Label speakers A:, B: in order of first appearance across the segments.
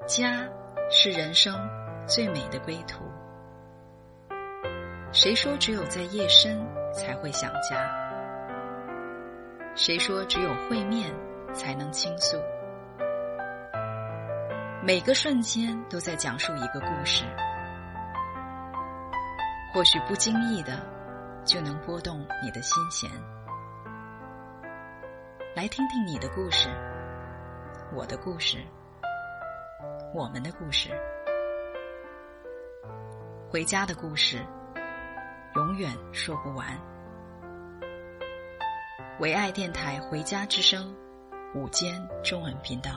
A: 家是人生最美的归途。谁说只有在夜深才会想家？谁说只有会面才能倾诉？每个瞬间都在讲述一个故事，或许不经意的就能拨动你的心弦。来听听你的故事，我的故事，我们的故事，回家的故事，永远说不完。唯爱电台回家之声午间中文频道。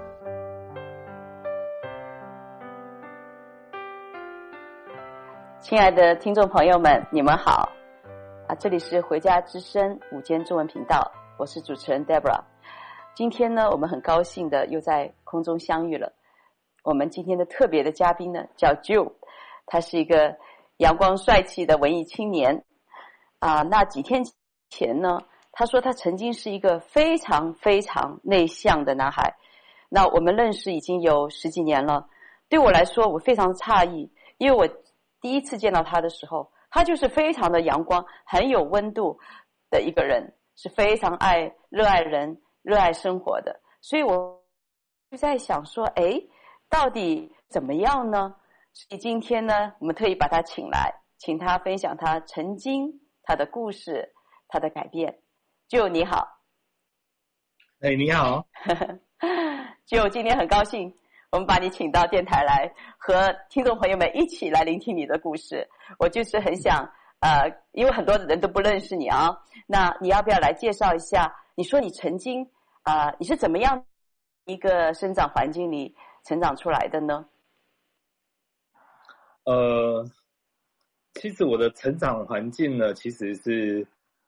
B: 亲爱的听众朋友们，你们好这里是回家之声午间中文频道，我是主持人 Deborah。 今天呢，我们很高兴的又在空中相遇了。我们今天的特别的嘉宾呢叫 Joe， 他是一个阳光帅气的文艺青年那几天前呢，他说他曾经是一个非常非常内向的男孩。那我们认识已经有10几年了，对我来说我非常诧异，因为我第一次见到他的时候，他就是非常的阳光，很有温度的一个人，是非常热爱人、热爱生活的。所以我就在想说，到底怎么样呢？所以今天呢，我们特意把他请来，请他分享他曾经他的故事，他的改变。就你好。
C: 你好。
B: 就今天很高兴我们把你请到电台来，和听众朋友们一起来聆听你的故事。我就是很想因为很多人都不认识你那你要不要来介绍一下，你说你曾经你是怎么样一个生长环境里成长出来的呢？
C: 其实我的成长环境呢，其实是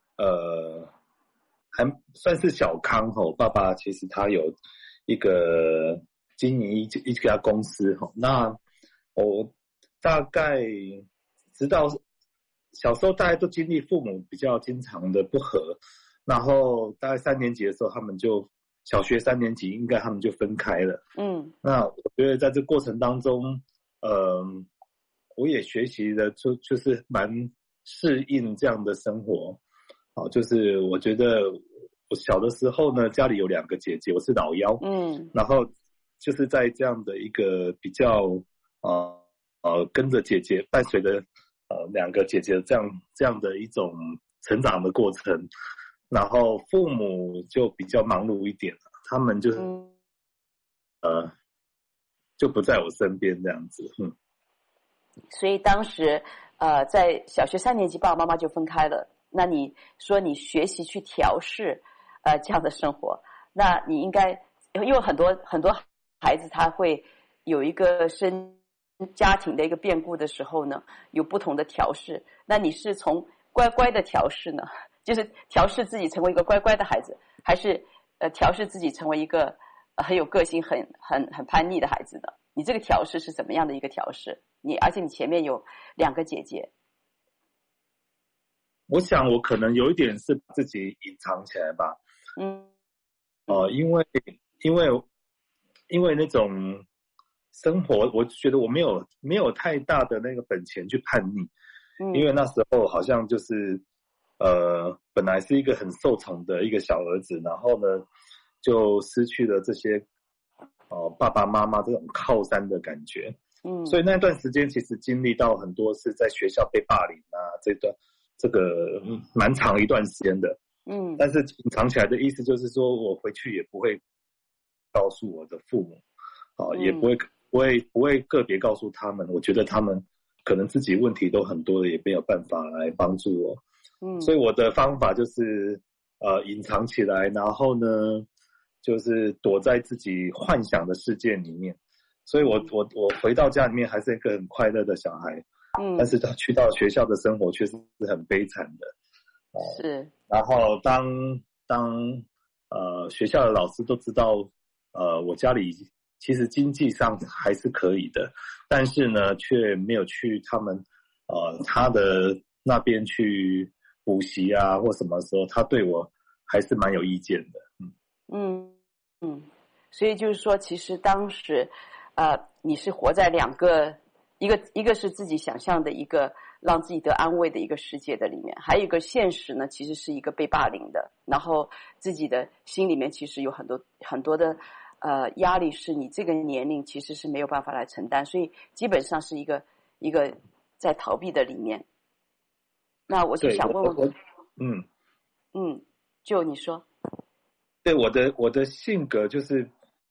C: 还算是小康爸爸其实他有一个经营一家公司那我大概直到小时候大概都经历父母比较经常的不和，然后大概3年级的时候他们就小学3年级应该他们就分开了。那我觉得在这过程当中我也学习的就是蛮适应这样的生活。就是我觉得我小的时候呢，家里有2个姐姐，我是老幺。然后就是在这样的一个比较跟着姐姐伴随着2个姐姐这样的一种成长的过程，然后父母就比较忙碌一点，他们就是就不在我身边这样子。
B: 所以当时在小学3年级爸爸妈妈就分开了，那你说你学习去调试这样的生活，那你应该因为很多孩子他会有一个家庭的一个变故的时候呢，有不同的调试。那你是从乖乖的调试呢，就是调试自己成为一个乖乖的孩子，还是调试自己成为一个很有个性很叛逆的孩子呢？你这个调试是怎么样的一个调试？而且你前面有2个姐姐。
C: 我想我可能有一点是把自己隐藏起来吧。因为那种生活，我觉得我没有太大的那个本钱去叛逆。因为那时候好像就是本来是一个很受宠的一个小儿子，然后呢就失去了这些爸爸妈妈这种靠山的感觉。所以那段时间其实经历到很多是在学校被霸凌这个蛮长一段时间的。但是隐藏起来的意思就是说，我回去也不会告诉我的父母也不会个别告诉他们，我觉得他们可能自己问题都很多的，也没有办法来帮助我。所以我的方法就是隐藏起来，然后呢就是躲在自己幻想的世界里面。所以我回到家里面还是一个很快乐的小孩。但是他去到学校的生活却是很悲惨的。
B: 是。
C: 然后当学校的老师都知道我家里其实经济上还是可以的，但是呢却没有去他的那边去补习或什么时候，他对我还是蛮有意见的。
B: 所以就是说其实当时你是活在两个，一个是自己想象的一个让自己得安慰的一个世界的里面，还有一个现实呢，其实是一个被霸凌的，然后自己的心里面其实有很多的压力，是你这个年龄其实是没有办法来承担，所以基本上是一个在逃避的里面。那我就想问问，就你说。
C: 对，我的性格就是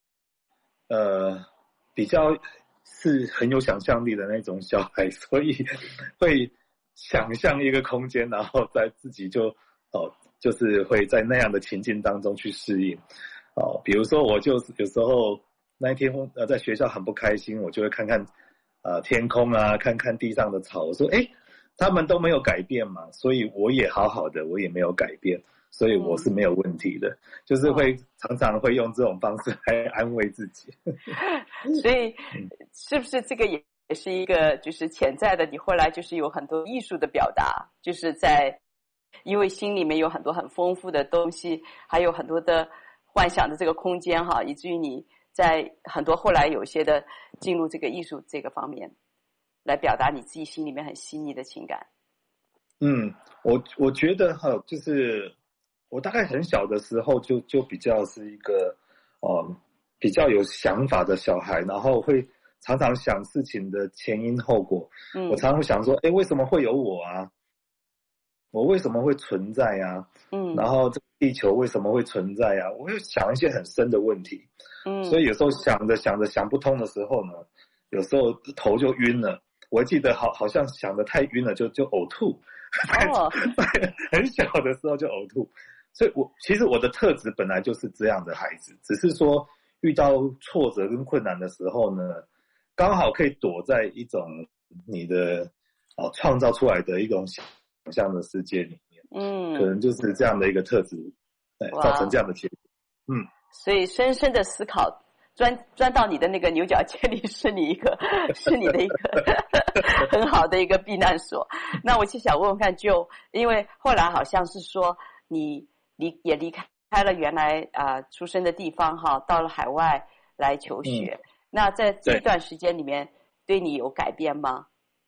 C: 比较是很有想象力的那种小孩，所以会想象一个空间，然后在自己就是会在那样的情境当中去适应。比如说我就有时候那一天在学校很不开心，我就会看看天空啊，看看地上的草，我说他们都没有改变嘛，所以我也好好的，我也没有改变，所以我是没有问题的，就是常常会用这种方式来安慰自己。
B: 所以是不是这个也是一个就是潜在的，你后来就是有很多艺术的表达，就是因为心里面有很多很丰富的东西，还有很多的幻想的这个空间哈，以至于你在很多后来有些的进入这个艺术这个方面来表达你自己心里面很细腻的情感。
C: 我觉得就是我大概很小的时候就比较是一个比较有想法的小孩，然后会常常想事情的前因后果。我常常会想说，为什么会有我啊？我为什么会存在啊？然后这个地球为什么会存在啊？我会想一些很深的问题。所以有时候想着想不通的时候呢，有时候头就晕了。我记得好像想得太晕了就呕吐。很小的时候就呕吐。所以其实我的特质本来就是这样的孩子，只是说遇到挫折跟困难的时候呢，刚好可以躲在一种你的创造出来的一种想象的世界里面。可能就是这样的一个特质，造成这样的结果。
B: 所以深深的思考钻到你的那个牛角尖里，是你的一个很好的一个避难所。那我就想问问看，就因为后来好像是说你也离开了原来出生的地方哈，到了海外来求学。那在这段时间里面对你有改变吗？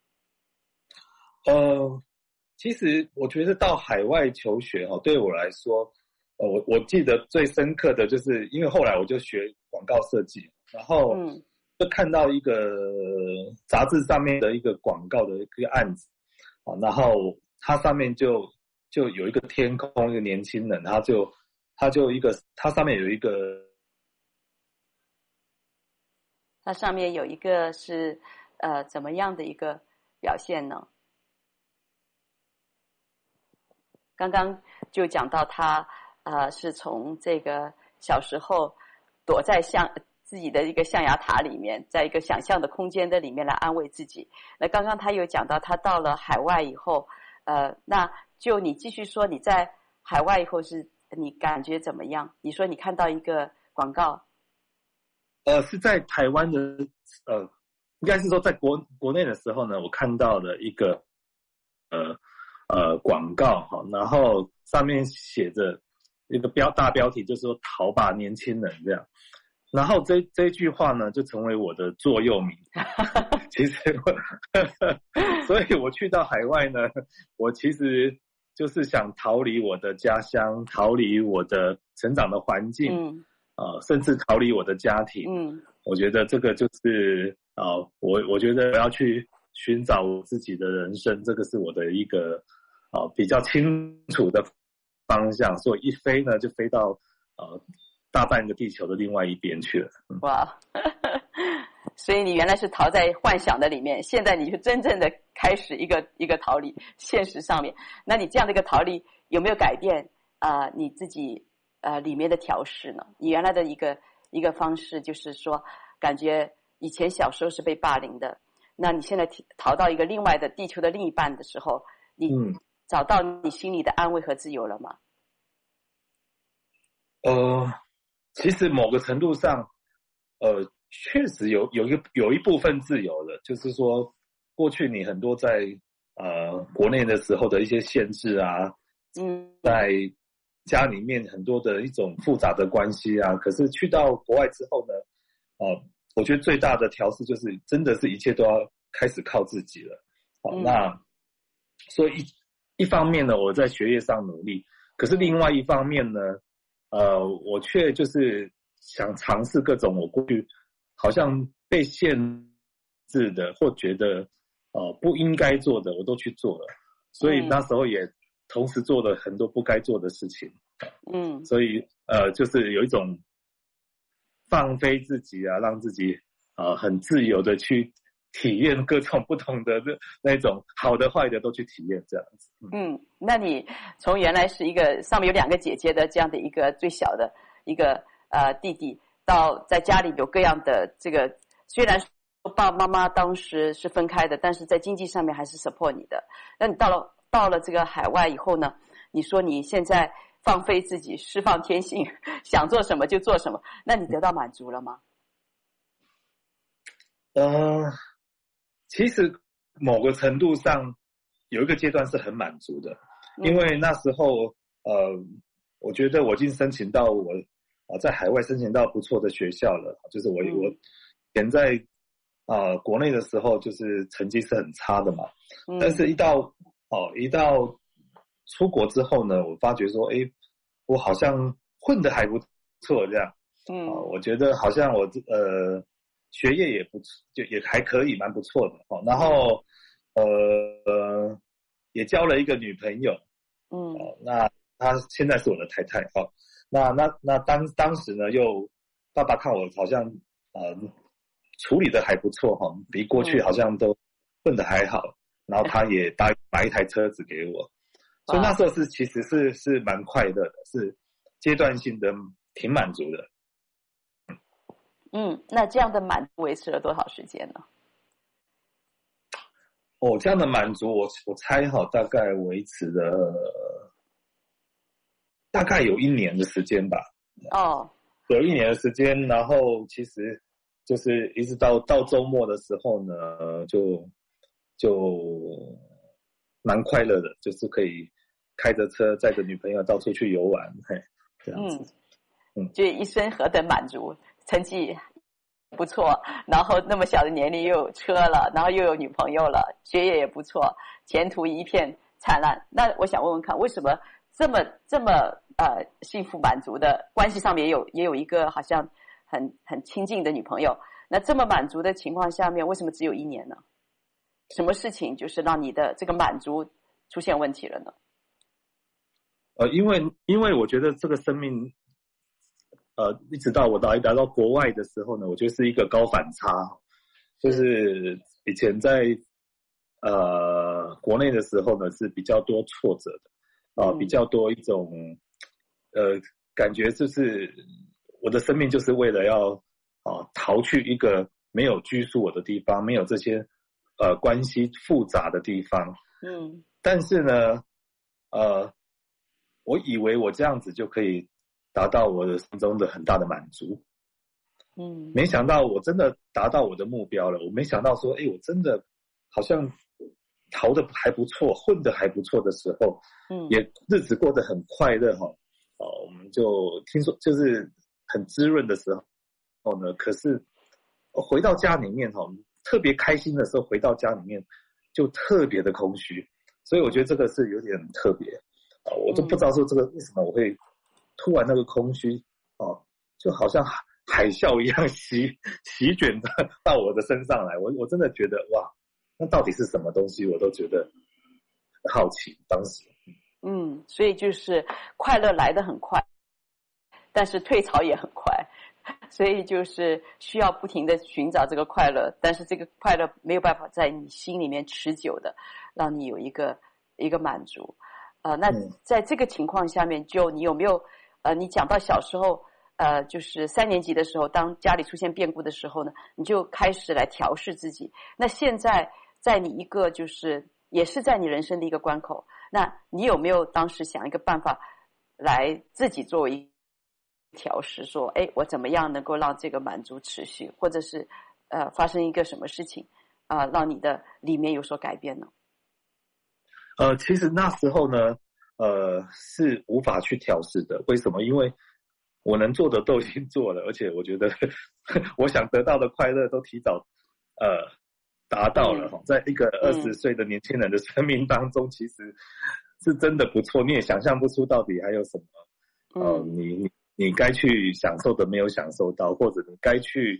C: 其实我觉得到海外求学对我来说，我记得最深刻的就是因为后来我就学广告设计，然后就看到一个杂志上面的一个广告的一个案子，然后它上面就有一个天空，一个年轻人，他上面有一个，
B: 它上面有一个是怎么样的一个表现呢？刚刚就讲到他是从这个小时候躲在自己的一个象牙塔里面，在一个想象的空间的里面来安慰自己。那刚刚他有讲到他到了海外以后，那就你继续说你在海外以后是你感觉怎么样？你说你看到一个广告，
C: 是在台湾的应该是说在国内的时候呢，我看到了一个广告然后上面写着一个大标题，就是说逃吧年轻人这样。然后这句话呢就成为我的座右铭。其实所以我去到海外呢，我其实就是想逃离我的家乡，逃离我的成长的环境，甚至逃离我的家庭。我觉得这个就是我觉得我要去寻找我自己的人生，这个是我的一个比较清楚的方向，所以一飞呢就飞到大半个地球的另外一边去了。
B: 哇，所以你原来是逃在幻想的里面，现在你就真正的开始一个逃离现实上面。那你这样的一个逃离有没有改变你自己里面的调试呢？你原来的一个方式就是说，感觉以前小时候是被霸凌的，那你现在逃到一个另外的地球的另一半的时候，你找到你心里的安慰和自由了吗？
C: 其实某个程度上确实有一部分自由了，就是说过去你很多在国内的时候的一些限制啊，在家里面很多的一种复杂的关系啊，可是去到国外之后呢， 我觉得最大的调试就是真的是一切都要开始靠自己了。那所以一方面呢，我在学业上努力，可是另外一方面呢，我却就是想尝试各种我过去好像被限制的或觉得不应该做的，我都去做了。所以那时候也同时做了很多不该做的事情。所以就是有一种放飞自己啊，让自己很自由的去体验各种不同的那种好的坏的都去体验这样子。
B: 那你从原来是一个上面有2个姐姐的这样的一个最小的一个弟弟，到在家里有各样的这个，虽然爸爸妈妈当时是分开的，但是在经济上面还是 support 你的。那你到了这个海外以后呢，你说你现在放飞自己，释放天性，想做什么就做什么，那你得到满足了吗？
C: 其实某个程度上有一个阶段是很满足的，因为那时候我觉得我已经申请到我在海外申请到不错的学校了，就是我前在国内的时候就是成绩是很差的嘛，但是一到出国之后呢，我发觉说我好像混得还不错这样。我觉得好像我学业也不就也还可以，蛮不错的。然后也交了一个女朋友。那她现在是我的太太。那当时呢，又爸爸看我好像处理的还不错比过去好像都混得还好。然后他也答应买一台车子给我，所以那时候其实是蛮快乐的，是阶段性的，挺满足的。
B: 那这样的满足维持了多少时间呢？
C: 这样的满足我猜大概维持了大概有1年的时间吧。有1年的时间，然后其实就是一直到周末的时候呢，就蛮快乐的，就是可以开着车载着女朋友到处去游玩，这样子。
B: 就一生何等满足，成绩不错，然后那么小的年龄又有车了，然后又有女朋友了，学业也不错，前途一片灿烂。那我想问问看，为什么这么幸福满足的关系上面也有一个好像很亲近的女朋友，那这么满足的情况下面，为什么只有1年呢？什么事情就是让你的这个满足出现问题了呢？
C: 因为我觉得这个生命一直到我来到国外的时候呢，我觉得是一个高反差。就是以前在国内的时候呢，是比较多挫折的比较多一种感觉，就是我的生命就是为了要逃去一个没有拘束我的地方，没有这些关系复杂的地方。但是呢我以为我这样子就可以达到我的心中的很大的满足。没想到我真的达到我的目标了。我没想到说我真的好像逃得还不错，混得还不错的时候，也日子过得很快乐我们就听说就是很滋润的时候呢，可是回到家里面特别开心的时候，回到家里面就特别的空虚。所以我觉得这个是有点特别我都不知道说这个为什么我会突然那个空虚就好像海啸一样席卷到我的身上来。我真的觉得哇，那到底是什么东西，我都觉得很好奇当时。
B: 所以就是快乐来得很快，但是退潮也很快，所以就是需要不停的寻找这个快乐，但是这个快乐没有办法在你心里面持久的让你有一个满足。那在这个情况下面，就你有没有你讲到小时候就是3年级的时候，当家里出现变故的时候呢，你就开始来调试自己。那现在在你一个就是也是在你人生的一个关口，那你有没有当时想一个办法来自己作为调试，说我怎么样能够让这个满足持续，或者是发生一个什么事情让你的里面有所改变呢？
C: 其实那时候呢是无法去调试的。为什么？因为我能做的都已经做了，而且我觉得我想得到的快乐都提早达到了。在一个20岁的年轻人的生命当中，其实是真的不错。你也想象不出到底还有什么你该去享受的没有享受到，或者你该去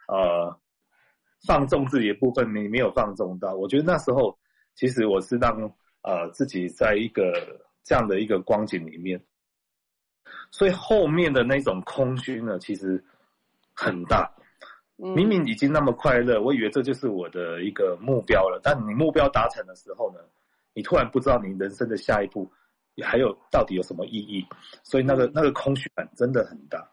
C: 放纵自己的部分你没有放纵到。我觉得那时候其实我是让自己在一个这样的一个光景里面，所以后面的那种空虚呢其实很大。明明已经那么快乐，我以为这就是我的一个目标了，但你目标达成的时候呢，你突然不知道你人生的下一步还有到底有什么意义，所以那个空虚感真的很大。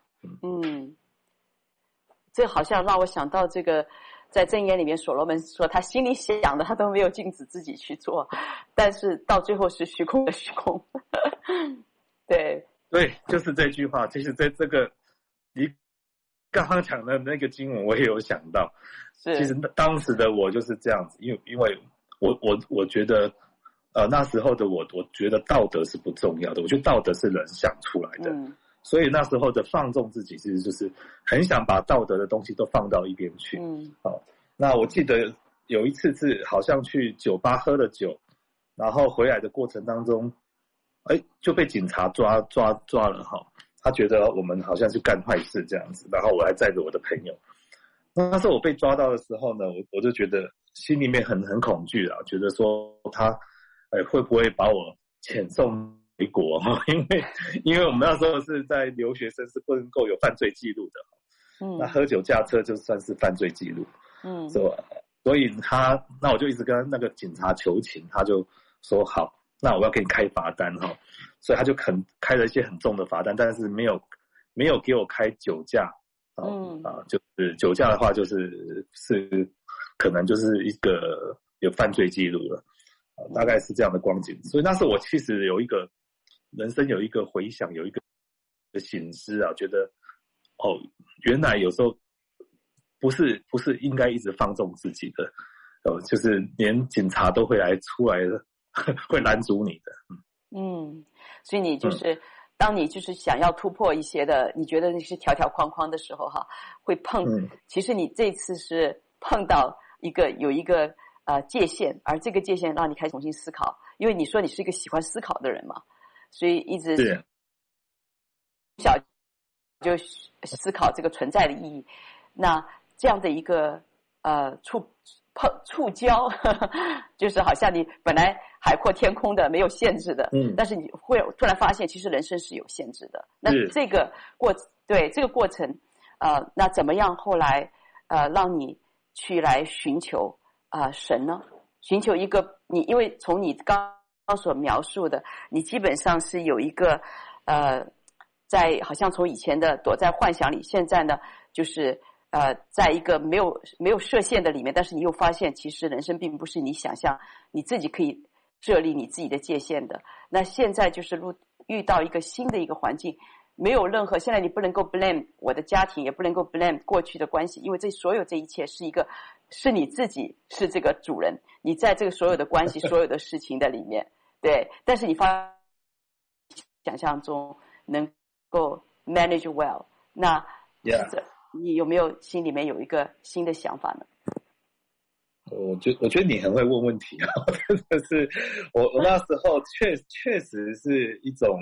B: 这好像让我想到这个，在箴言里面所罗门说他心里想的他都没有禁止自己去做，但是到最后是虚空的虚空。对，
C: 就是这句话。其实在这个你刚刚讲的那个经文我也有想到，其实当时的我就是这样子，因为我觉得那时候的我觉得道德是不重要的，我觉得道德是人想出来的。所以那时候的放纵自己其实就是很想把道德的东西都放到一边去。那我记得有一次是好像去酒吧喝了酒，然后回来的过程当中就被警察抓了。他觉得我们好像是干坏事这样子，然后我还载着我的朋友。那时候我被抓到的时候呢，我就觉得心里面很恐惧啊，觉得说他会不会把我遣送回国。因为我们那时候是在留学生，是不能够有犯罪记录的。那喝酒驾车就算是犯罪记录。所以那我就一直跟那个警察求情，他就说好，那我要给你开罚单。所以他就开了一些很重的罚单，但是没有给我开酒驾。就是酒驾的话是可能就是一个有犯罪记录了。大概是这样的光景。所以那时候我其实人生有一个回想，有一个省思啊，觉得原来有时候不是应该一直放纵自己的。就是连警察都会出来的会拦阻你的。
B: 所以你就是当你就是想要突破一些的，你觉得那是条条框框的时候会碰。其实你这次是碰到有一个界限，而这个界限让你开始重新思考。因为你说你是一个喜欢思考的人嘛，所以一直小就思考这个存在的意义。那这样的一个触礁，就是好像你本来海阔天空的没有限制的，但是你会突然发现其实人生是有限制的。那这个过程那怎么样后来让你去来寻求神呢？寻求一个因为从你刚刚所描述的，你基本上是有一个在好像从以前的躲在幻想里，现在呢就是在一个没有设限的里面，但是你又发现其实人生并不是你想象你自己可以设立你自己的界限的。那现在就是遇到一个新的一个环境，没有任何，现在你不能够 blame 我的家庭，也不能够 blame 过去的关系，因为所有这一切是你自己是这个主人，你在这个所有的关系所有的事情的里面。对，但是你想象中能够 manage well， 那你有没有心里面有一个新的想法呢？
C: 我觉得你很会问问题啊，真的是我那时候确实是一种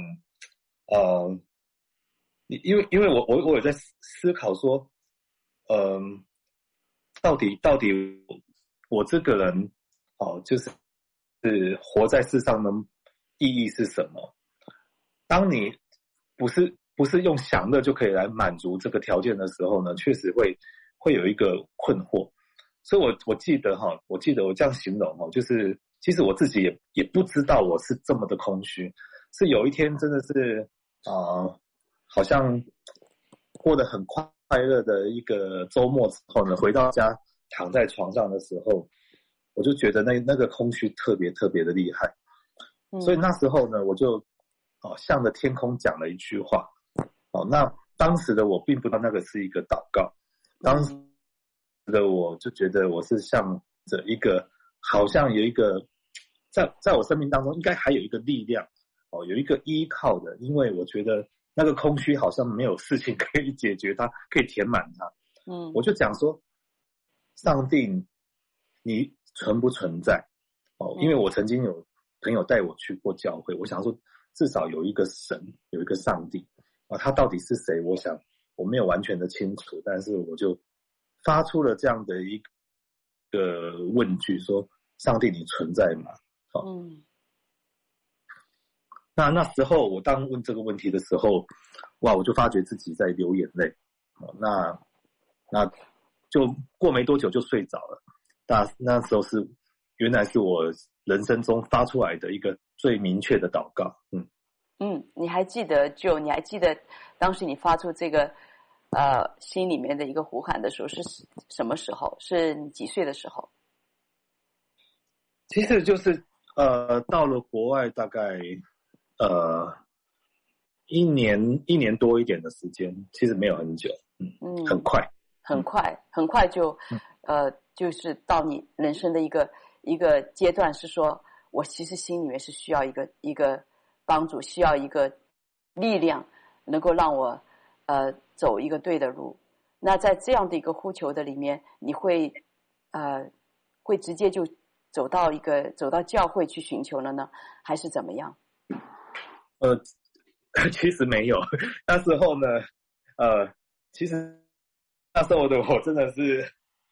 C: 因为我有在思考说到底我这个人就是活在世上的意义是什么？当你不是用享乐就可以来满足这个条件的时候呢，确实会有一个困惑。所以我记得我这样形容就是其实我自己也不知道我是这么的空虚，是有一天真的是好像过得很快乐的一个周末之后呢，回到家躺在床上的时候，我就觉得那个空虚特别特别的厉害。所以那时候呢，我就向着天空讲了一句话。那当时的我并不知道那个是一个祷告，当时的我就觉得我是向着一个好像有一个在我生命当中应该还有一个力量有一个依靠的，因为我觉得那个空虚好像没有事情可以解决它，可以填满它。我就讲说，上帝，你存不存在？因为我曾经有朋友带我去过教会，我想说至少有一个神，有一个上帝他到底是谁？我想我没有完全的清楚，但是我就发出了这样的一个问句，说：上帝，你存在吗？那时候我当问这个问题的时候，哇，我就发觉自己在流眼泪。那就过没多久就睡着了。那时候原来是我人生中发出来的一个最明确的祷告。
B: 你还记得当时你发出这个心里面的一个呼喊的时候是什么时候？是你几岁的时候？
C: 其实就是到了国外大概一年多一点的时间，其实没有很久。很快就就是到你人生的一个阶段，是说我其实心里面是需要一个帮助，需要一个力量，能够让我走一个对的路。那在这样的一个呼求的里面，你会直接就走到教会去寻求了呢，还是怎么样？其实没有。那时候呢，其实那时候的我真的是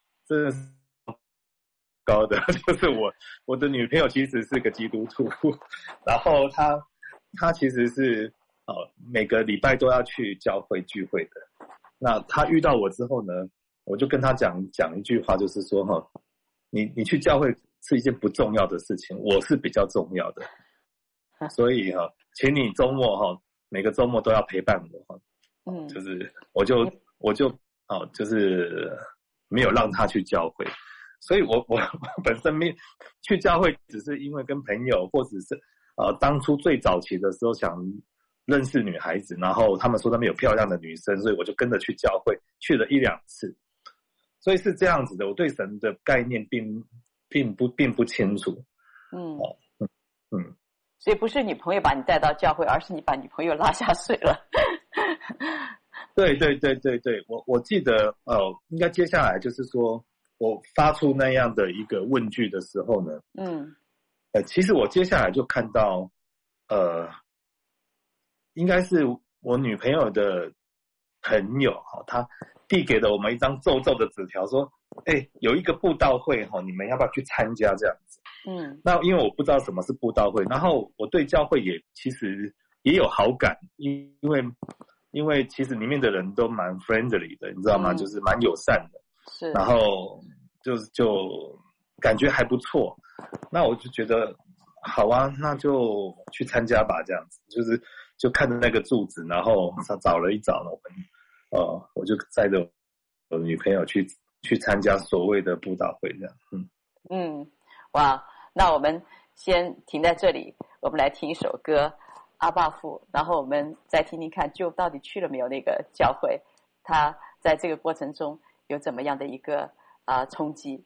C: 高的，就是我的女朋友其实是个基督徒，然后她其实是每个礼拜都要去教会聚会的。那她遇到我之后呢，我就跟她讲一句话，就是说你去教会是一件不重要的事情，我是比较重要的，所以请你周末每个周末都要陪伴我。就是我就就是没有让她去教会。所以我本身去教会只是因为跟朋友，或者是当初最早期的时候想认识女孩子，然后他们说那边有漂亮的女生，所以我就跟着去教会，去了1-2次。所以是这样子的，我对神的概念并不清楚。
B: 所以不是女朋友把你带到教会，而是你把女朋友拉下水了。
C: 对，我记得应该接下来就是说我发出那样的一个问句的时候呢，其实我接下来就看到应该是我女朋友的朋友他递给了我们一张皱皱的纸条，说有一个布道会你们要不要去参加这样子。那因为我不知道什么是布道会，然后我对教会其实也有好感，因为其实里面的人都蛮 friendly 的，你知道吗？就是蛮友善的。
B: 是。
C: 然后就感觉还不错，那我就觉得好啊，那就去参加吧，这样子。就看着那个柱子，然后找了一找呢，我就载着我女朋友去参加所谓的布道会这样。
B: 哇，那我们先停在这里，我们来听一首歌《阿爸父》，然后我们再听听看就到底去了没有那个教会，他在这个过程中有怎么样的一个冲击。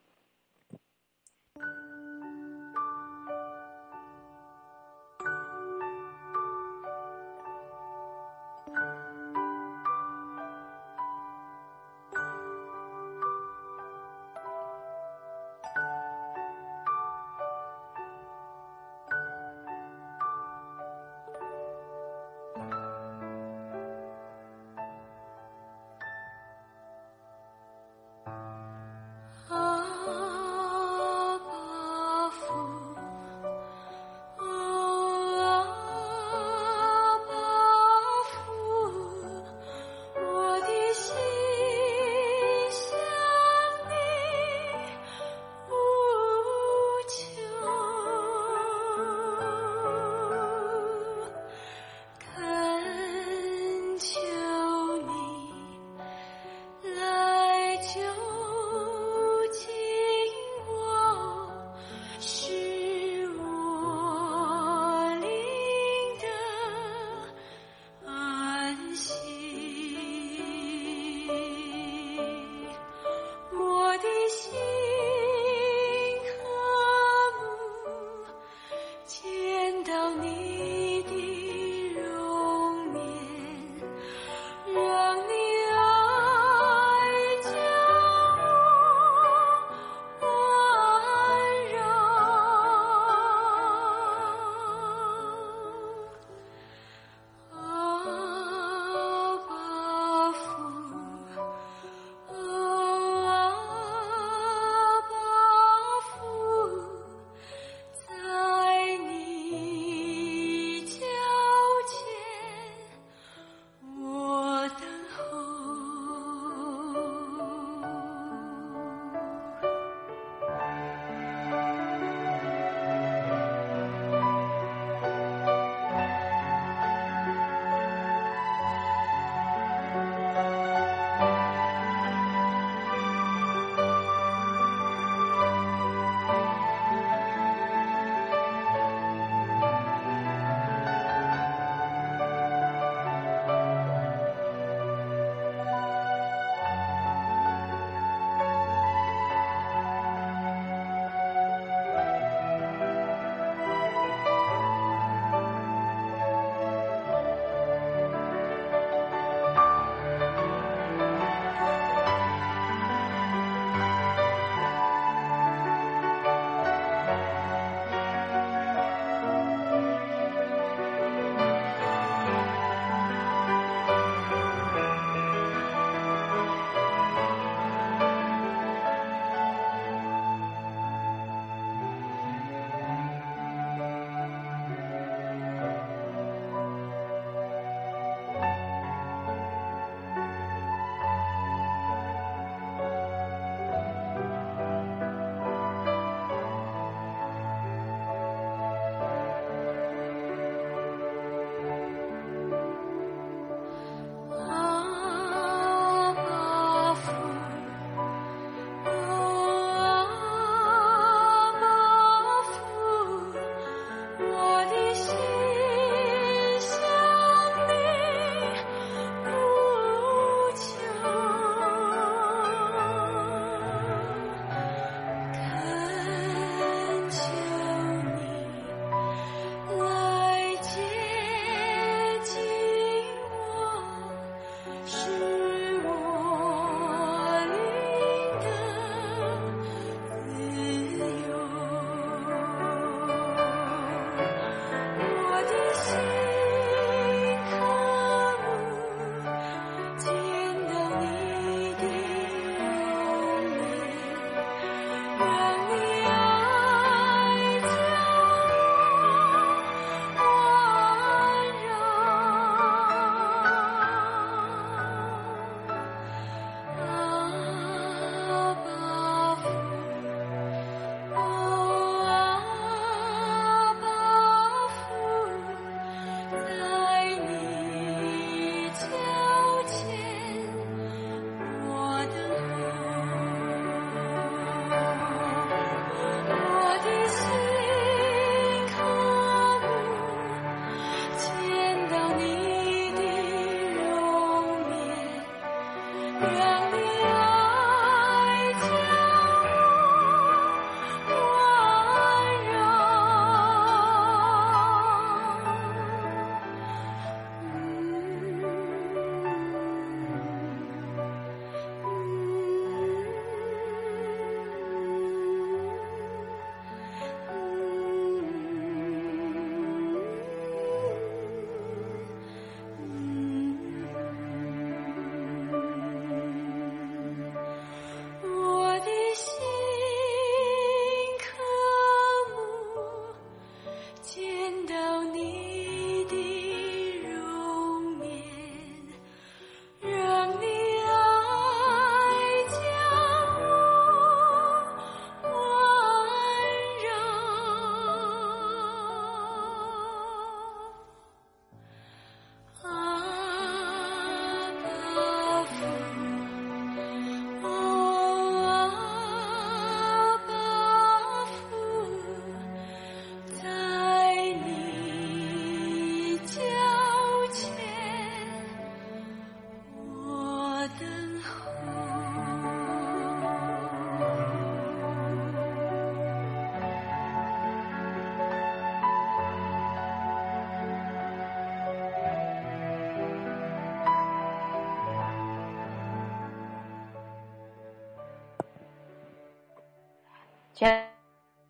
B: 亲爱的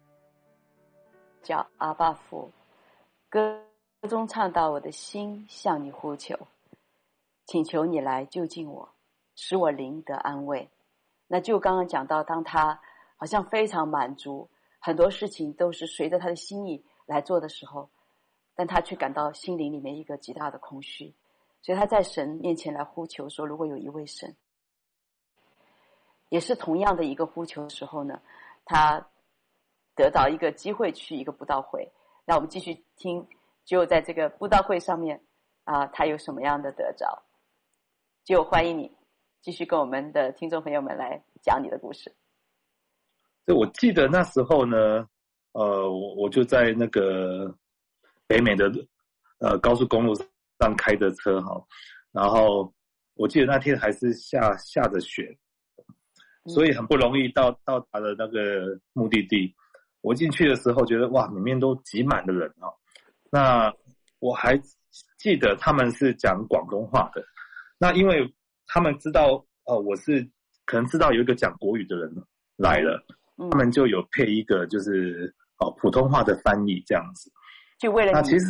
B: 叫阿爸父，歌中唱到我的心向你呼求，请求你来救近我，使我灵得安慰。那就刚刚讲到，当他好像非常满足，很多事情都是随着他的心意来做的时候，但他却感到心灵里面一个极大的空虚，所以他在神面前来呼求说，如果有一位神，也是同样的一个呼求的时候呢，他得到一个机会去一个布道会。那我们继续听，只有在这个布道会上面他有什么样的得着。就欢迎你继续跟我们的听众朋友们来讲你的故事。
C: 我记得那时候呢，我就在那个北美的高速公路上开的车哈，然后我记得那天还是下着雪，所以很不容易到达了那个目的地。我进去的时候觉得哇，里面都挤满了人哈。那我还记得他们是讲广东话的，那因为他们知道我是可能知道有一个讲国语的人来了，他们就有配一个就是普通话的翻译这样子。
B: 就为了你，
C: 那其实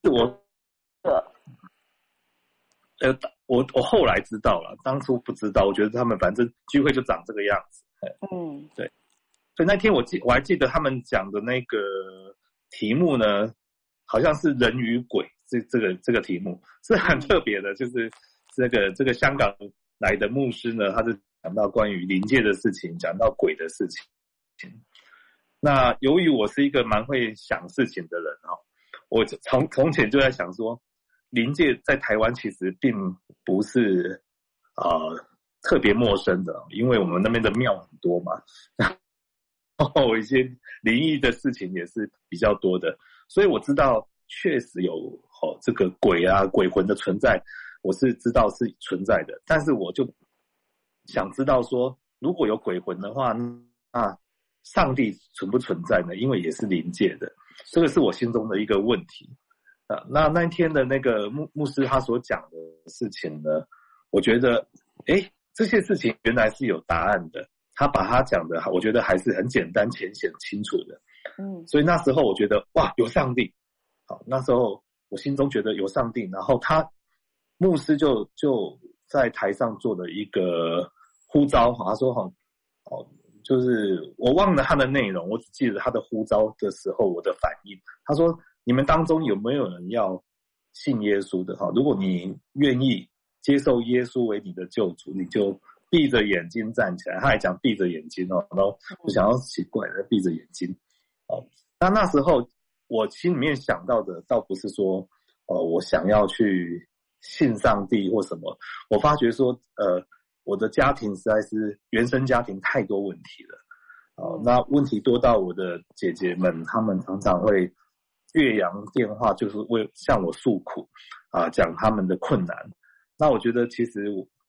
C: 我后来知道了，当初不知道，我觉得他们反正聚会就长这个样子。对。所以那天我还记得他们讲的那个题目呢，好像是人与鬼，这个题目是很特别的，就是这个香港来的牧师呢，他是讲到关于灵界的事情，讲到鬼的事情。那由于我是一个蛮会想事情的人我从前就在想说，灵界在台湾其实并不是特别陌生的，因为我们那边的庙很多嘛，然后一些灵异的事情也是比较多的，所以我知道确实有这个鬼鬼魂的存在，我是知道是存在的。但是我就想知道说，如果有鬼魂的话，那上帝存不存在呢？因为也是灵界的，这个是我心中的一个问题。那天的那个牧师他所讲的事情呢，我觉得这些事情原来是有答案的，他把他讲的我觉得还是很简单浅显清楚的。所以那时候我觉得哇，有上帝。好，那时候我心中觉得有上帝，然后牧师就在台上做了一个呼召，他说就是我忘了他的内容，我只记得他的呼召的时候我的反应。他说，你们当中有没有人要信耶稣的？如果你愿意接受耶稣为你的救主，你就闭着眼睛站起来。他还讲闭着眼睛然后我想要奇怪的闭着眼睛。那时候我心里面想到的倒不是说我想要去信上帝或什么，我发觉说我的家庭实在是原生家庭太多问题了。那问题多到我的姐姐们，她们常常会越洋电话，就是向我诉苦讲他们的困难。那我觉得其实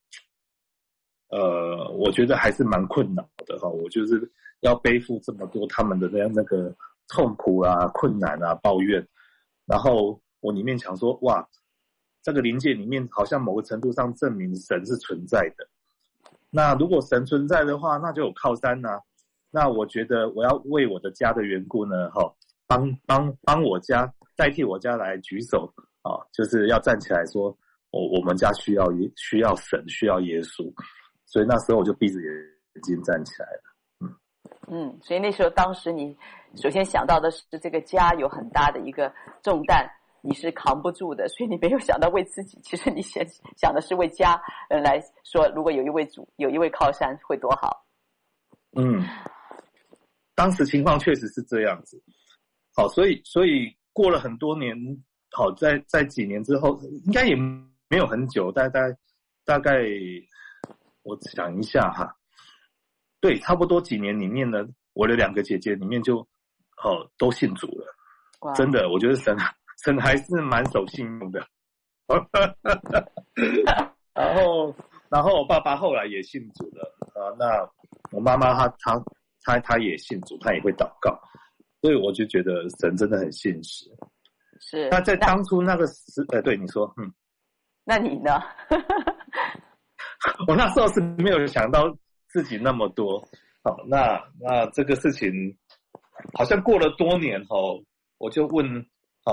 C: 我觉得还是蛮困扰的我就是要背负这么多他们的那个痛苦困难抱怨，然后我里面想说哇，这个灵界里面好像某个程度上证明神是存在的。那如果神存在的话，那就有靠山那我觉得我要为我的家的缘故呢帮我家，代替我家来举手就是要站起来说我们家需要神，需要耶稣。所以那时候我就闭着眼睛站起来了。
B: 所以那时候当时你首先想到的是这个家有很大的一个重担，你是扛不住的，所以你没有想到为自己，其实你先想的是为家人来说，如果有一位主，有一位靠山会多好。
C: 当时情况确实是这样子。好，所以过了很多年，好，在几年之后，应该也没有很久，大概我想一下对，差不多几年里面呢，我的2个姐姐里面就都信主了。真的，我觉得神还是蛮守信用的。然后我爸爸后来也信主了那我妈妈她也信主，她也会祷告，所以我就觉得神真的很信实。
B: 是。
C: 那在当初那个对你说，
B: 那你呢？
C: 我那时候是没有想到自己那么多， 好，那这个事情好像过了多年我就问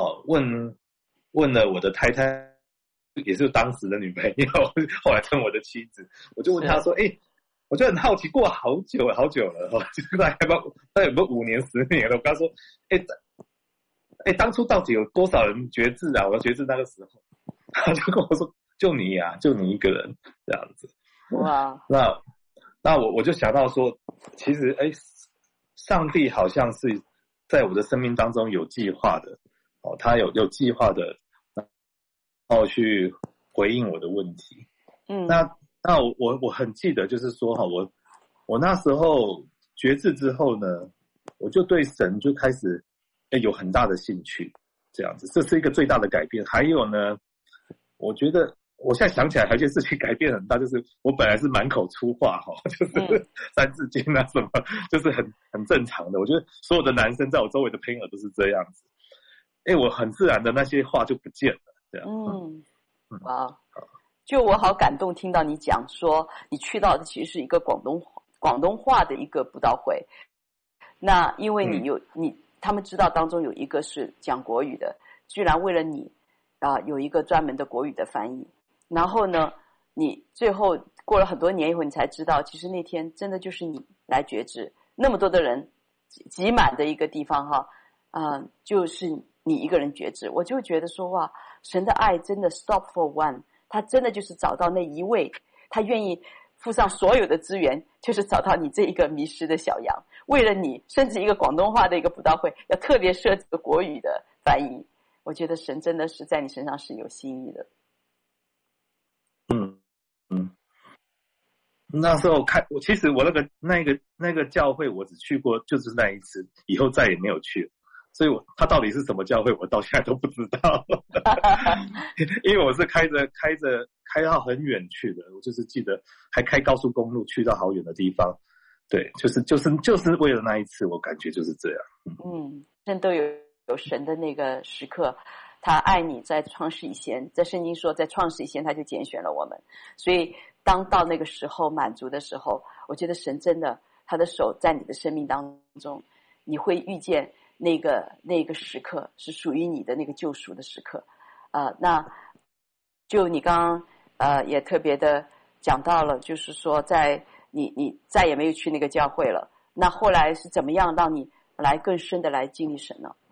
C: 了我的太太，也是当时的女朋友，后来成我的妻子，我就问她说，我就很好奇，过好久了，就是大概有没有5年10年了，我跟她说，当初到底有多少人决志啊？我要决志那个时候，她就跟我说，就你啊，就你一个人这样子。
B: 哇，
C: 那我就想到说，其实上帝好像是在我的生命当中有计划的他有计划的，然后去回应我的问题。那我很记得，就是说我那时候决志之后呢，我就对神就开始有很大的兴趣，这样子，这是一个最大的改变。还有呢，我觉得我现在想起来还有一件事情改变很大，就是我本来是满口粗话就是三字经啊什么，就是很正常的。我觉得所有的男生在我周围的朋友都是这样子，我很自然的那些话就不见了，这样。
B: 哇，就我好感动，听到你讲说你去到的其实是一个广东话的一个布道会。那因为他们知道当中有一个是讲国语的，居然为了你有一个专门的国语的翻译。然后呢，你最后过了很多年以后，你才知道，其实那天真的就是你来决志，那么多的人挤满的一个地方就是你一个人决志。我就觉得说哇，神的爱真的 stop for one， 他真的就是找到那一位，他愿意付上所有的资源，就是找到你这一个迷失的小羊，为了你，甚至一个广东话的一个布道会要特别设置个国语的翻译。我觉得神真的是在你身上是有心意的。
C: 那时候其实我那个教会我只去过就是那一次，以后再也没有去了。所以他到底是什么教会，我到现在都不知道。因为我是开到很远去的，我就是记得还开高速公路去到好远的地方。对，就是为了那一次，我感觉就是这样。
B: 人都有神的那个时刻，他爱你，在创世以前，在圣经说在创世以前他就拣选了我们，所以当到那个时候满足的时候，我觉得神真的他的手在你的生命当中，你会遇见那个时刻是属于你的那个救赎的时刻。那就你刚刚也特别的讲到了，就是说在你再也没有去那个教会了，那后来是怎么样让你来更深的来经历神呢？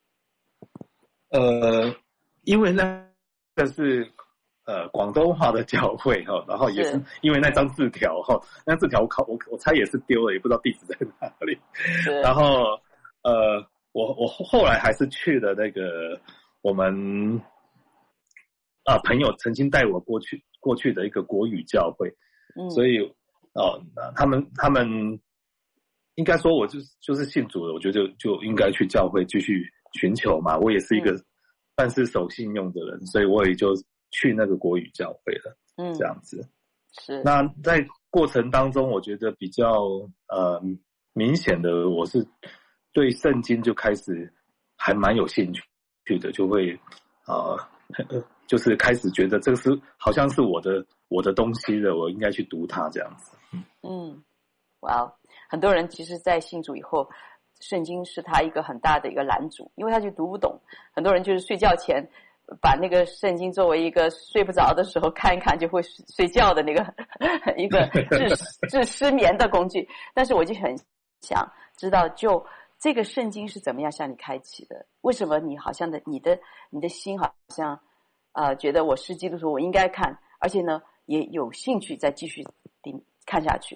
C: 因为那个是广东话的教会然后也是因为那张字条那字条我猜也是丢了，也不知道地址在哪里。然后我后来还是去了那个我们朋友曾经带我过去的一个国语教会。所以他们应该说我就是信主了，我觉得就应该去教会继续寻求嘛。我也是一个算是守信用的人，所以我也就去那个国语教会了。这样子。
B: 是。那
C: 在过程当中，我觉得比较明显的，我是对圣经就开始还蛮有兴趣的，就会就是开始觉得这个是好像是我的东西了，我应该去读它这样子。
B: 哇，很多人其实在信主以后，圣经是他一个很大的一个拦阻，因为他就读不懂。很多人就是睡觉前把那个圣经作为一个睡不着的时候看一看就会睡觉的那个一个治失眠的工具。但是我就很想知道，就这个圣经是怎么样向你开启的？为什么你好像你的心好像觉得我是基督徒，我应该看，而且呢也有兴趣再继续看下去？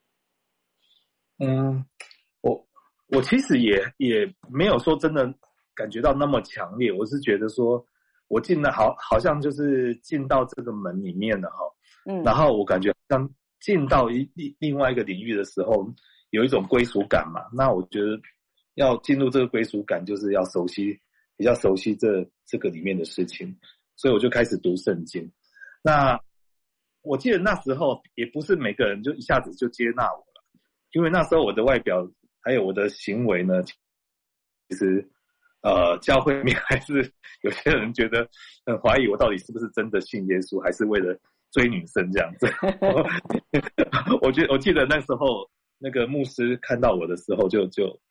C: 我其实也没有说真的感觉到那么强烈，我是觉得说我进了好像就是进到这个门里面了然后我感觉好像进到另外一个领域的时候有一种归属感嘛。那我觉得要进入这个归属感，就是要比较熟悉这个里面的事情，所以我就开始读圣经。那我记得那时候也不是每个人就一下子就接纳我了，因为那时候我的外表还有我的行为呢，其实教会里面还是有些人觉得很怀疑我到底是不是真的信耶稣，还是为了追女生这样子。我记得那时候那个牧师看到我的时候就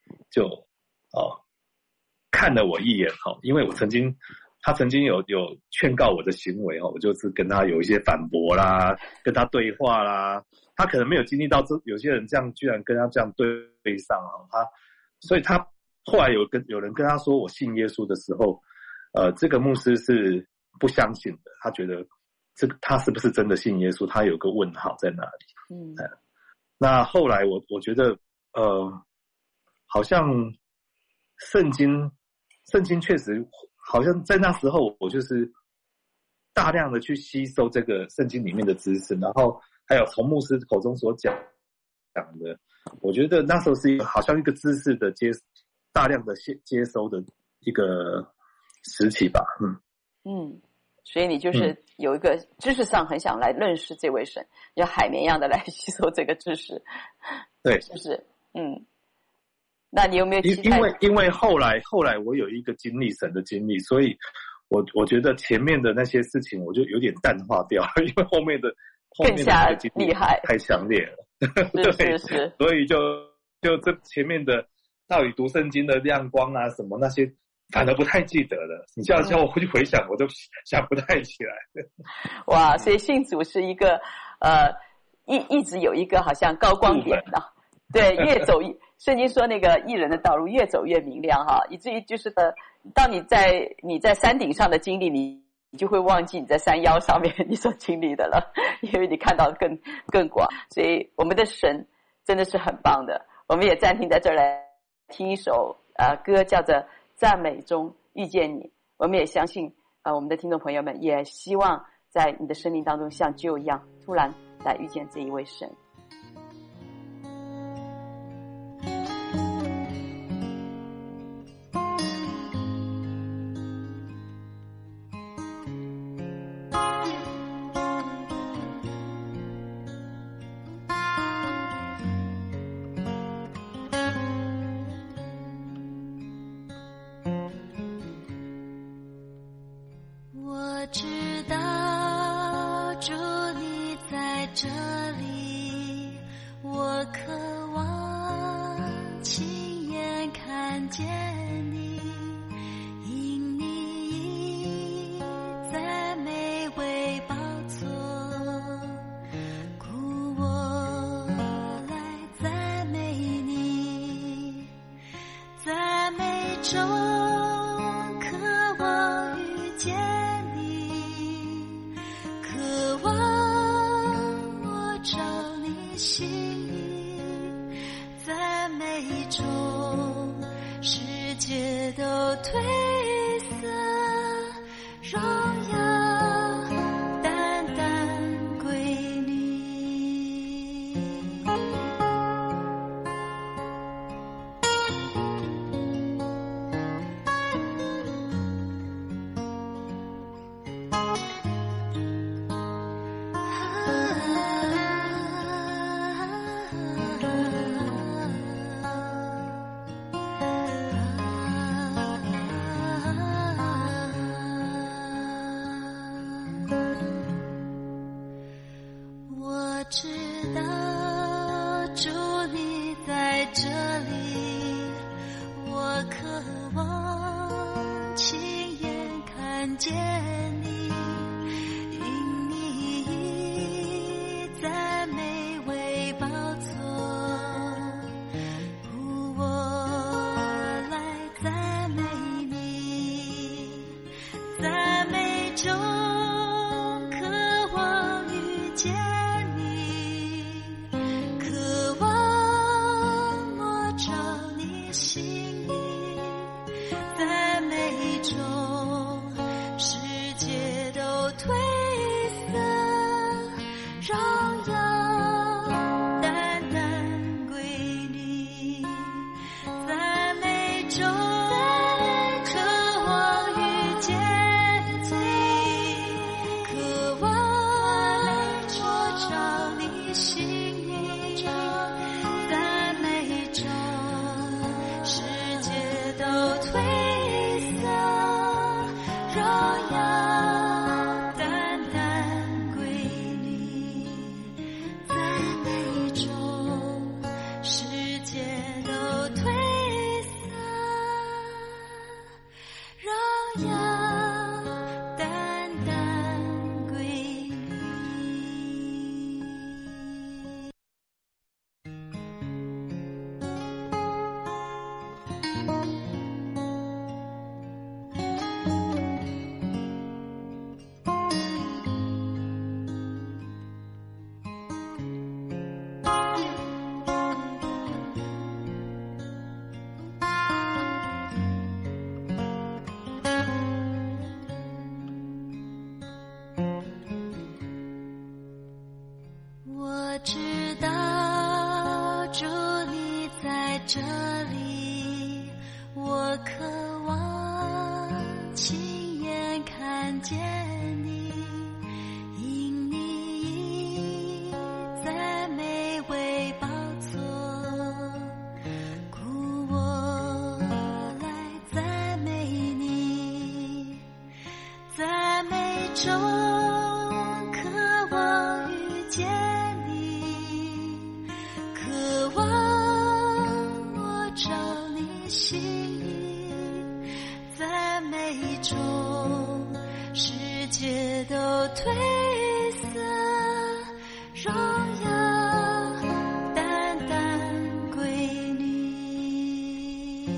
C: 看了我一眼因为他曾经有劝告我的行为我就是跟他有一些反驳啦，跟他对话啦，他可能没有经历到有些人这样居然跟他这样对上所以他后来有人跟他说我信耶稣的时候，这个牧师是不相信的，他觉得他是不是真的信耶稣，他有个问号在那里。那后来我觉得好像圣经确实好像在那时候我就是大量的去吸收这个圣经里面的知识，然后还有从牧师口中所讲的，我觉得那时候是好像一个知识的大量的接收的一个时期吧。
B: 所以你就是有一个知识上很想来认识这位神，要海绵一样的来吸收这个知识。
C: 对，
B: 是不是？那你有没有期待？
C: 因为后来我有一个经历神的经历，所以我觉得前面的那些事情我就有点淡化掉，因为后面的
B: 更加厉害，
C: 太强烈了。
B: 是是，
C: 所以就这前面的到底读圣经的亮光啊什么那些反而不太记得了，你叫我去回想我都想不太起来。
B: 哇，所以信主是一个一直有一个好像高光点的，对，越走圣经说那个义人的道路越走越明亮以至于就是当你在山顶上的经历，你就会忘记你在山腰上面你所经历的了，因为你看到更广。所以我们的神真的是很棒的。我们也暂停在这儿来听一首歌，叫做《赞美中遇见你》。我们也相信我们的听众朋友们也希望在你的生命当中像就一样突然来遇见这一位神。
D: 我知道主你在这里，我渴望亲眼看见你，因你以赞美为宝座，故我来赞美你，赞美中渴望遇见心意，赞美中世界都褪色，荣耀单单归你。我知道主你在这里，我渴望亲眼看见你，因你以赞美为宝座，故我来赞美你，赞美中渴望遇见你，渴望我找这里，我渴望亲眼看见你，因你以赞美为宝座，故我来赞美你，赞美中渴望遇见你，渴望我照你心意，赞美中世界都褪色，荣耀单单归你。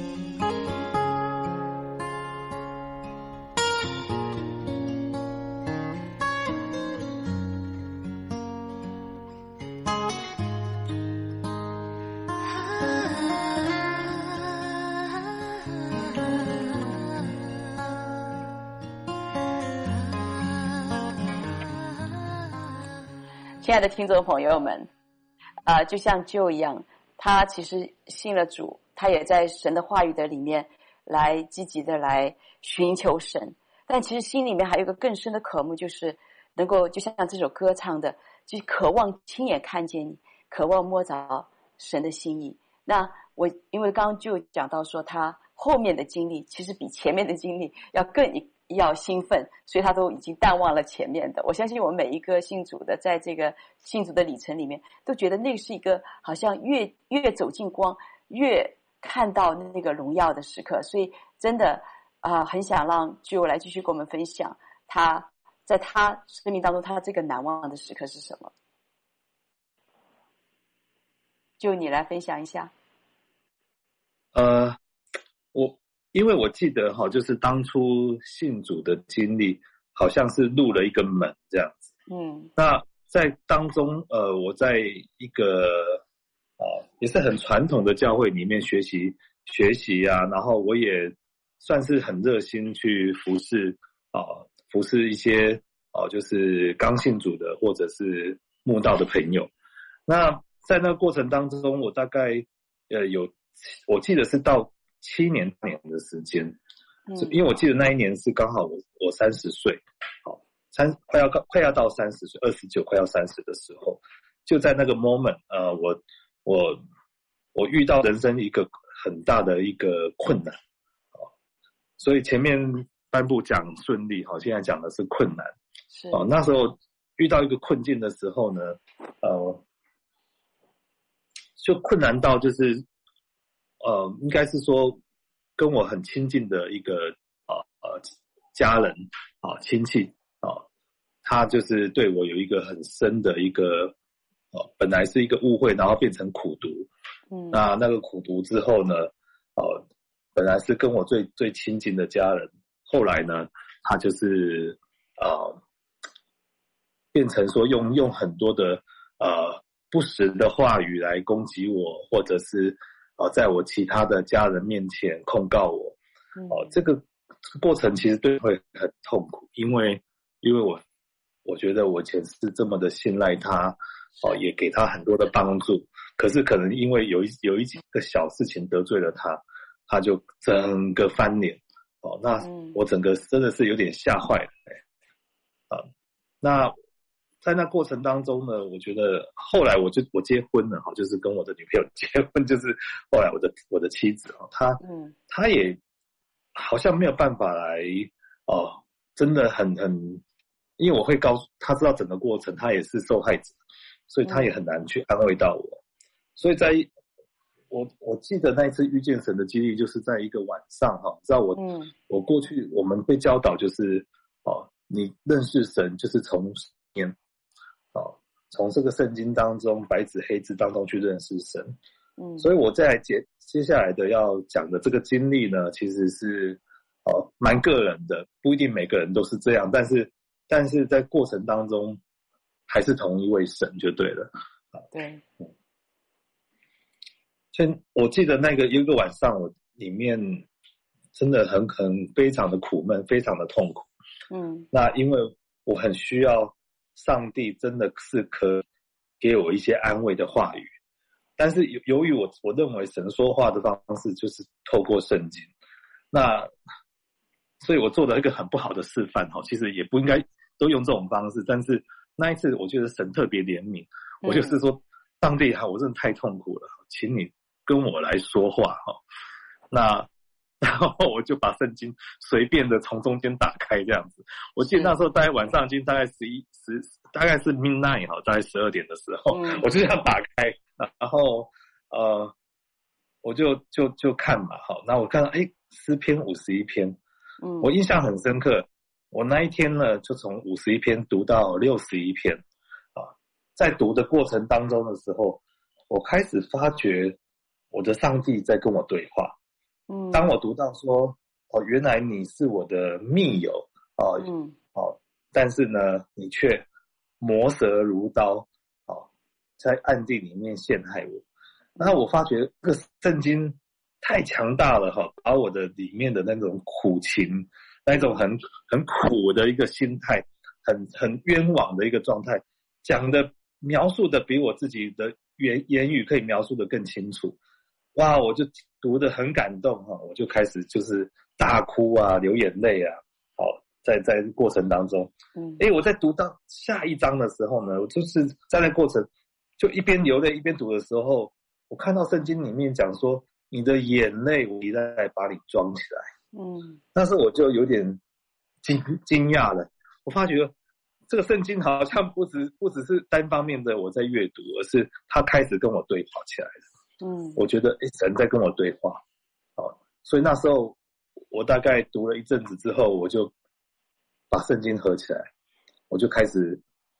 B: 亲爱的听众朋友们，就像就一样，他其实信了主，他也在神的话语的里面来积极的来寻求神，但其实心里面还有一个更深的渴慕，就是能够就像这首歌唱的，就是渴望亲眼看见你，渴望摸着神的心意。那我因为刚刚就讲到说，他后面的经历其实比前面的经历要兴奋，所以他都已经淡忘了前面的。我相信我们每一个信主的，在这个信主的里程里面，都觉得那是一个好像越走近光，越看到那个荣耀的时刻。所以真的很想让就来继续跟我们分享他在他生命当中他这个难忘的时刻是什么。就你来分享一下。
C: 因为我记得就是当初信主的经历，好像是入了一个门这样子。那在当中，我在一个也是很传统的教会里面学习啊，然后我也算是很热心去服侍一些就是刚信主的或者是慕道的朋友。那在那个过程当中，我大概我记得是到7年的时间，因为我记得那一年是刚好我30岁，快要到30岁，29快要30的时候，就在那个 moment， 我遇到人生一个很大的一个困难，所以前面半部讲顺利，现在讲的是困难。那时候遇到一个困境的时候呢，就困难到就是应该是说跟我很亲近的一个家人亲戚他就是对我有一个很深的一个本来是一个误会，然后变成苦毒。那个苦毒之后呢，本来是跟我最亲近的家人，后来呢，他就是变成说用很多的不实的话语来攻击我，或者是在我其他的家人面前控告我。这个过程其实对我会很痛苦，因为我觉得我前世这么的信赖他，也给他很多的帮助，可是可能因为有一几个小事情得罪了他，他就整个翻脸。那我整个真的是有点吓坏了。那在那过程当中呢，我觉得后来我结婚了，就是跟我的女朋友结婚，就是后来我的妻子，她也好像没有办法来真的很，因为我会告诉她知道整个过程，她也是受害者，所以她也很难去安慰到我。所以在我记得那一次遇见神的经历，就是在一个晚上知道我过去我们被教导就是你认识神就是从这个圣经当中白纸黑字当中去认识神。所以我在接下来的要讲的这个经历呢，其实是蛮个人的，不一定每个人都是这样，但是在过程当中还是同一位神就对了。
B: 对。
C: 所以我记得有一个晚上，我里面真的很非常的苦闷，非常的痛苦。那因为我很需要上帝真的是可给我一些安慰的话语。 但是由于我认为神说话的方式就是透过圣经，那所以我做了一个很不好的示范，其实也不应该都用这种方式，但是那一次我觉得神特别怜悯，我就是说上帝我真的太痛苦了，请你跟我来说话然后我就把圣经随便的从中间打开这样子。我记得那时候大概晚上已经大概大概是 midnight 大概12点的时候，我就这样打开，然后我就看嘛，然后我看到诗篇51篇，我印象很深刻。我那一天呢就从51篇读到61篇在读的过程当中的时候，我开始发觉我的上帝在跟我对话。当我读到说原来你是我的密友但是呢你却磨舌如刀在暗地里面陷害我，然后我发觉这个圣经太强大了把我的里面的那种苦情，那种很苦的一个心态，很冤枉的一个状态，描述的比我自己的言语可以描述的更清楚。哇，我就读得很感动我就开始就是大哭流眼泪在过程当中我在读到下一章的时候呢，我就是在那过程就一边流泪一边读的时候，我看到圣经里面讲说你的眼泪我一再把你装起来但是我就有点惊讶了，我发觉这个圣经好像不只是单方面的我在阅读，而是他开始跟我对话起来了我觉得神在跟我对话所以那时候我大概读了一阵子之后，我就把圣经合起来，我就开始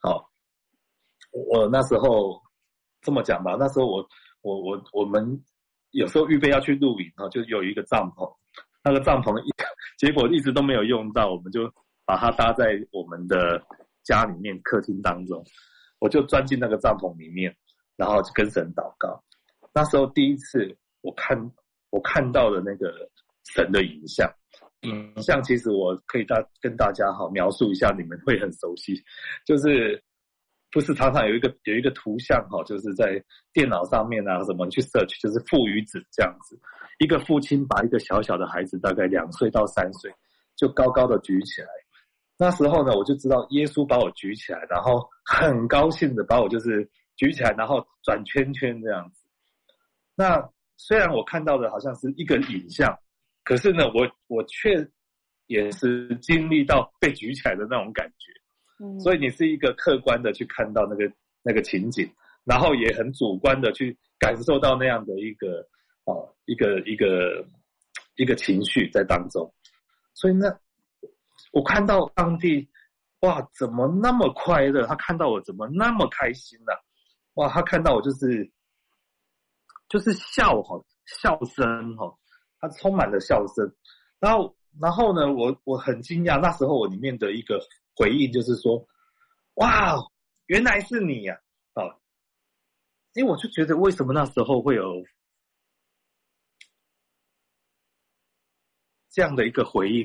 C: 我那时候这么讲吧，那时候我们有时候预备要去露营就有一个帐篷，那个帐篷结果一直都没有用到，我们就把它搭在我们的家里面客厅当中，我就钻进那个帐篷里面，然后就跟神祷告。那时候第一次我看到了那个神的影像其实我可以跟大家描述一下，你们会很熟悉，就是不是常常有一个图像就是在电脑上面什么去 search， 就是父与子这样子，一个父亲把一个小小的孩子大概2岁到3岁就高高的举起来，那时候呢我就知道耶稣把我举起来，然后很高兴的把我就是举起来，然后转圈圈这样子。那虽然我看到的好像是一个影像，可是呢我却也是经历到被举起来的那种感觉所以你是一个客观的去看到那个情景，然后也很主观的去感受到那样的一个情绪在当中。所以呢我看到上帝哇怎么那么快乐，他看到我怎么那么开心哇他看到我就是笑声他充满了笑声。然后呢我很惊讶，那时候我里面的一个回应就是说哇原来是你因为我就觉得为什么那时候会有这样的一个回应，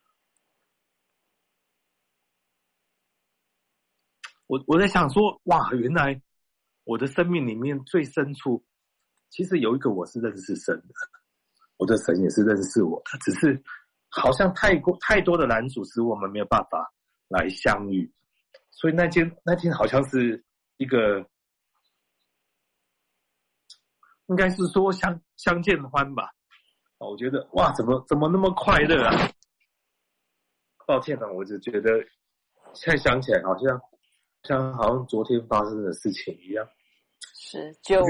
C: 我在想说哇原来我的生命里面最深处其实有一个我是认识神的，我的神也是认识我，他只是好像太多的拦阻使我们没有办法来相遇。所以那天好像是一个应该是说相见欢吧我觉得哇怎么那么快乐抱歉我就觉得现在想起来好像昨天发生的事情一样。
B: 是就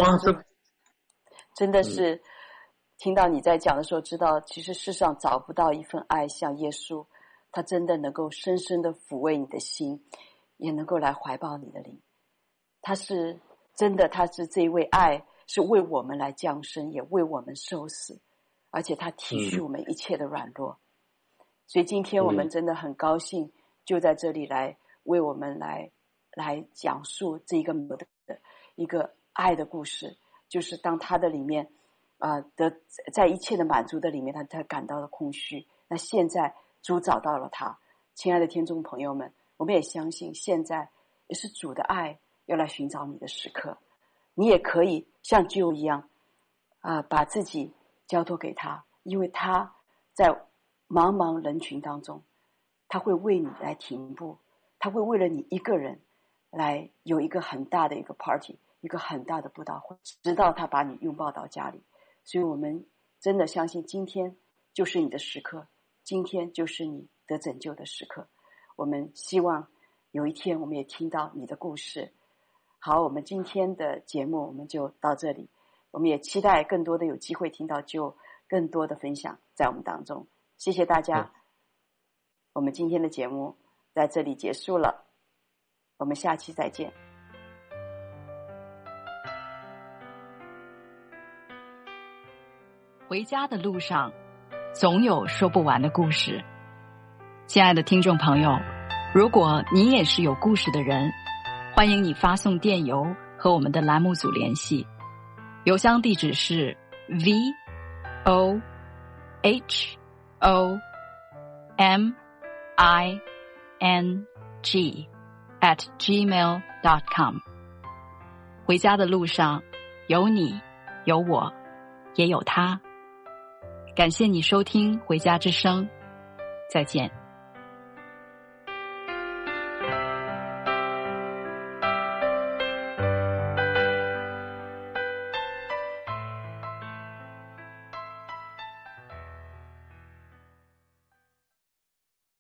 B: 真的是听到你在讲的时候知道其实世上找不到一份爱像耶稣，他真的能够深深的抚慰你的心，也能够来怀抱你的灵。他是真的，他是这一位爱是为我们来降生，也为我们受死，而且他体恤我们一切的软弱。所以今天我们真的很高兴就在这里来为我们来讲述这一个爱的故事，就是当他的里面在一切的满足的里面他感到了空虚，那现在主找到了他。亲爱的听众朋友们，我们也相信现在也是主的爱要来寻找你的时刻，你也可以像Jill一样把自己交托给他，因为他在茫茫人群当中，他会为你来停步，他会为了你一个人来有一个很大的一个 party， 一个很大的布道会，直到他把你拥抱到家里。所以我们真的相信今天就是你的时刻，今天就是你得拯救的时刻。我们希望有一天我们也听到你的故事。好，我们今天的节目我们就到这里，我们也期待更多的有机会听到就更多的分享在我们当中。谢谢大家，我们今天的节目在这里结束了，我们下期再见。
A: 回家的路上总有说不完的故事。亲爱的听众朋友，如果你也是有故事的人，欢迎你发送电邮和我们的栏目组联系，邮箱地址是 vohoming@gmail.com。 回家的路上有你，有我，也有他。感谢你收听回家之声，再见。